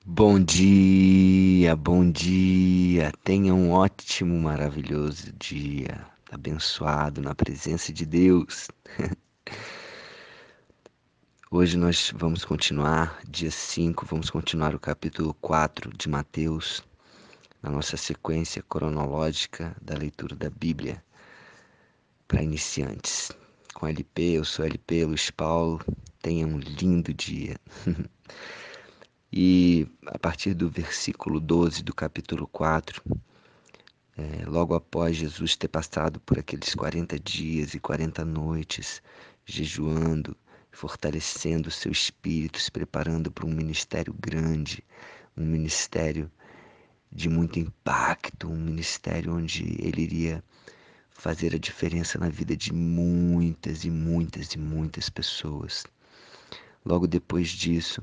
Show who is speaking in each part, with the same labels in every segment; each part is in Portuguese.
Speaker 1: Bom dia, bom dia. Tenha um ótimo, maravilhoso dia, abençoado na presença de Deus. Hoje nós vamos continuar, dia 5, vamos continuar o capítulo 4 de Mateus, na nossa sequência cronológica da leitura da Bíblia para iniciantes. Com LP, eu sou LP, Luiz Paulo. Tenha um lindo dia. E a partir do versículo 12 do capítulo 4, logo após Jesus ter passado por aqueles 40 dias e 40 noites, jejuando, fortalecendo o seu espírito, se preparando para um ministério grande, um ministério de muito impacto, um ministério onde ele iria fazer a diferença na vida de muitas e muitas e muitas pessoas. Logo depois disso,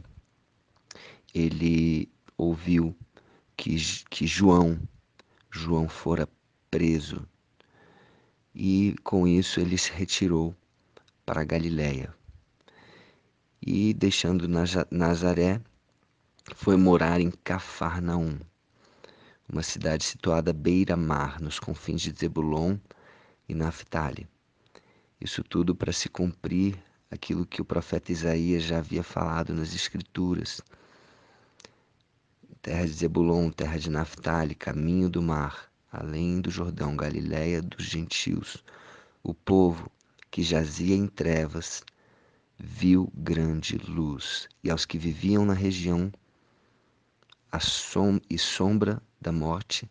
Speaker 1: ele ouviu que João fora preso e com isso ele se retirou para a Galiléia e deixando Nazaré foi morar em Cafarnaum, uma cidade situada à beira-mar, nos confins de Zebulon e Naftali. Isso tudo para se cumprir aquilo que o profeta Isaías já havia falado nas Escrituras. Terra de Zebulon, terra de Naftali, caminho do mar, além do Jordão, Galiléia dos gentios. O povo que jazia em trevas viu grande luz, e aos que viviam na região e sombra da morte,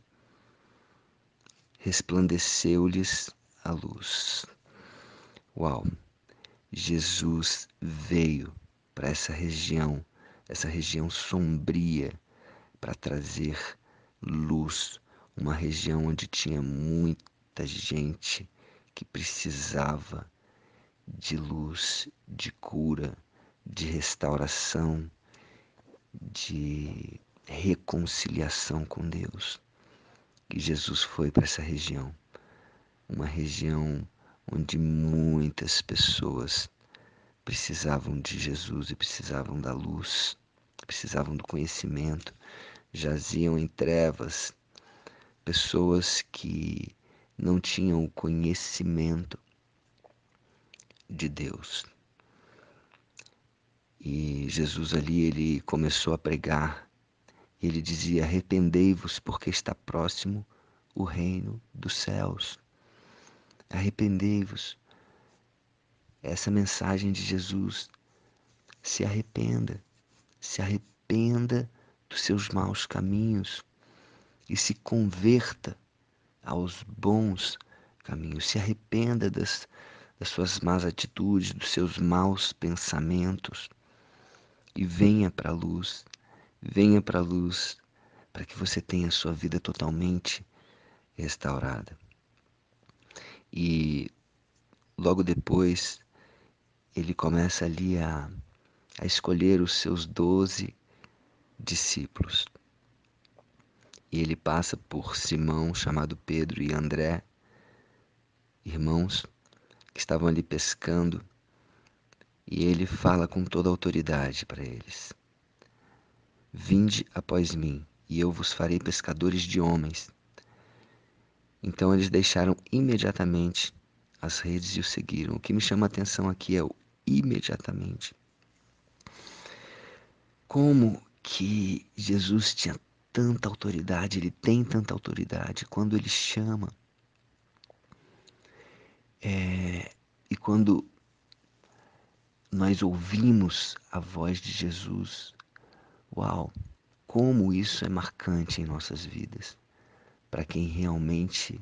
Speaker 1: resplandeceu-lhes a luz. Uau! Jesus veio para essa região sombria, para trazer luz, uma região onde tinha muita gente que precisava de luz, de cura, de restauração, de reconciliação com Deus. E Jesus foi para essa região, uma região onde muitas pessoas precisavam de Jesus e precisavam da luz, precisavam do conhecimento, jaziam em trevas, pessoas que não tinham o conhecimento de Deus. E Jesus ali, ele começou a pregar. Ele dizia: arrependei-vos, porque está próximo o reino dos céus. Arrependei-vos. Essa mensagem de Jesus. Se arrependa. Se arrependa dos seus maus caminhos e se converta aos bons caminhos. Se arrependa das suas más atitudes, dos seus maus pensamentos e venha para a luz. Venha para a luz para que você tenha a sua vida totalmente restaurada. E logo depois ele começa ali a escolher os seus 12 discípulos. E ele passa por Simão, chamado Pedro, e André, irmãos que estavam ali pescando, e ele fala com toda a autoridade para eles: vinde após mim, e eu vos farei pescadores de homens. Então eles deixaram imediatamente as redes e o seguiram. O que me chama a atenção aqui é o imediatamente. Como que Jesus tinha tanta autoridade, ele tem tanta autoridade quando ele chama. E quando nós ouvimos a voz de Jesus, uau, como isso é marcante em nossas vidas. Para quem realmente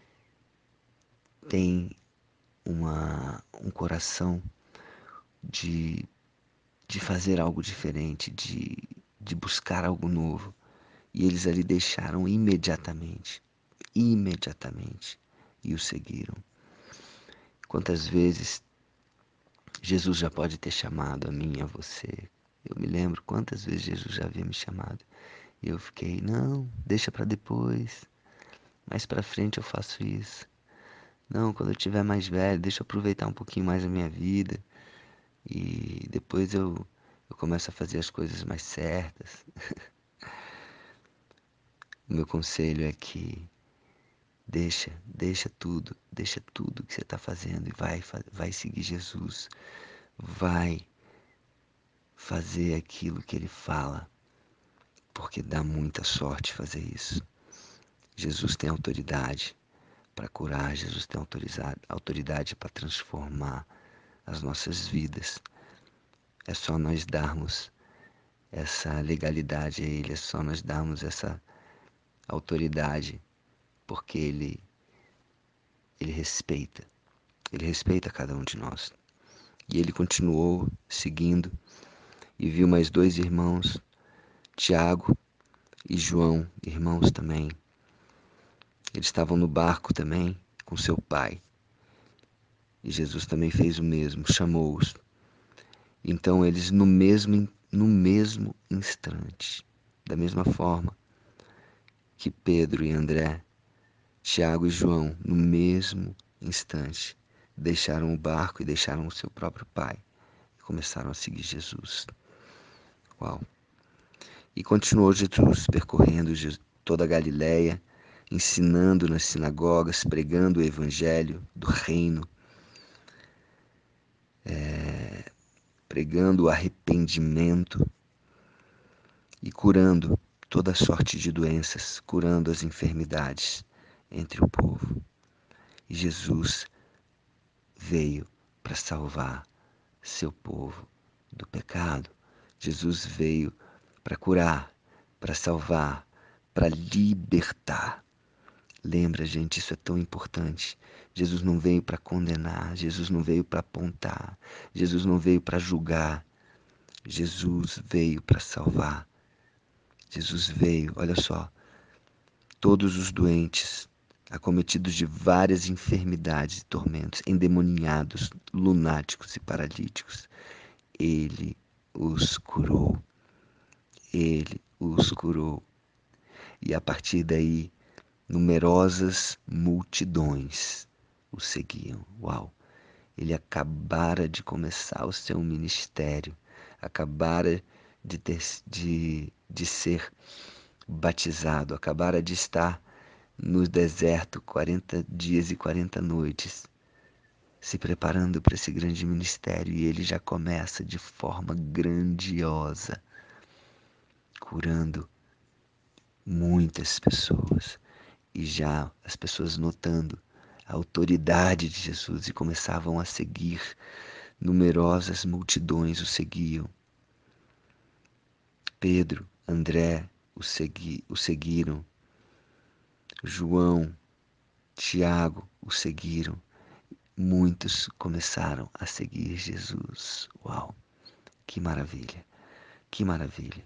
Speaker 1: tem um coração de, de fazer algo diferente, de buscar algo novo. E eles ali deixaram imediatamente, e o seguiram. Quantas vezes Jesus já pode ter chamado a mim e a você? Eu me lembro quantas vezes Jesus já havia me chamado. E eu fiquei, não, deixa para depois. Mais para frente eu faço isso. Não, quando eu tiver mais velho, deixa eu aproveitar um pouquinho mais a minha vida. E depois eu começo a fazer as coisas mais certas. O meu conselho é que deixa tudo que você está fazendo e vai seguir Jesus. Vai fazer aquilo que ele fala, porque dá muita sorte fazer isso. Jesus tem autoridade para curar, Jesus tem autoridade para transformar as nossas vidas. É só nós darmos essa legalidade a Ele, é só nós darmos essa autoridade, porque Ele respeita, Ele respeita cada um de nós. E ele continuou seguindo e viu mais dois irmãos, Tiago e João, irmãos também. Eles estavam no barco também com seu pai. E Jesus também fez o mesmo, chamou-os. Então eles no mesmo instante, da mesma forma que Pedro e André, Tiago e João, no mesmo instante, deixaram o barco e deixaram o seu próprio pai e começaram a seguir Jesus. Uau! E continuou Jesus percorrendo toda a Galiléia, ensinando nas sinagogas, pregando o evangelho do reino, pregando o arrependimento e curando toda sorte de doenças, curando as enfermidades entre o povo. E Jesus veio para salvar seu povo do pecado. Jesus veio para curar, para salvar, para libertar. Lembra, gente, isso é tão importante. Jesus não veio para condenar, Jesus não veio para apontar, Jesus não veio para julgar. Jesus veio para salvar. Jesus veio, olha só, todos os doentes, acometidos de várias enfermidades e tormentos, endemoniados, lunáticos e paralíticos, ele os curou. Ele os curou. E a partir daí, numerosas multidões o seguiam. Uau! Ele acabara de começar o seu ministério, acabara de ser batizado, acabara de estar no deserto 40 dias e 40 noites, se preparando para esse grande ministério, e ele já começa de forma grandiosa, curando muitas pessoas, e já as pessoas notando a autoridade de Jesus e começavam a seguir. Numerosas multidões o seguiam. Pedro, André o seguiram. João, Tiago o seguiram. Muitos começaram a seguir Jesus. Uau, que maravilha, que maravilha.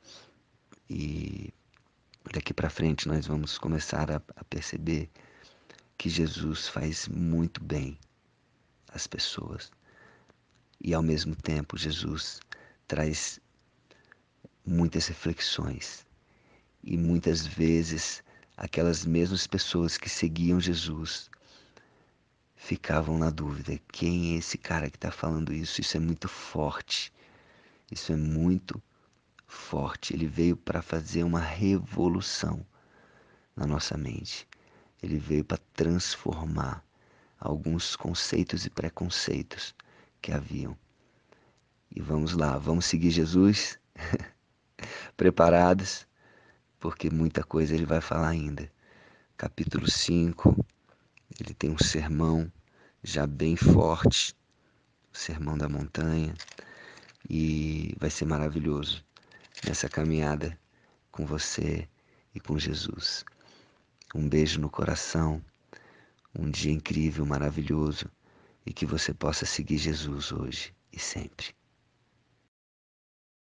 Speaker 1: E daqui para frente nós vamos começar a perceber que Jesus faz muito bem às pessoas. E ao mesmo tempo Jesus traz muitas reflexões. E muitas vezes aquelas mesmas pessoas que seguiam Jesus ficavam na dúvida: quem é esse cara que está falando isso? Isso é muito forte. Isso é muito forte. Ele veio para fazer uma revolução na nossa mente. Ele veio para transformar alguns conceitos e preconceitos que haviam. E vamos lá, vamos seguir Jesus preparados, porque muita coisa ele vai falar ainda. Capítulo 5, ele tem um sermão já bem forte, o Sermão da Montanha, e vai ser maravilhoso nessa caminhada com você e com Jesus. Um beijo no coração, um dia incrível, maravilhoso, e que você possa seguir Jesus hoje e sempre.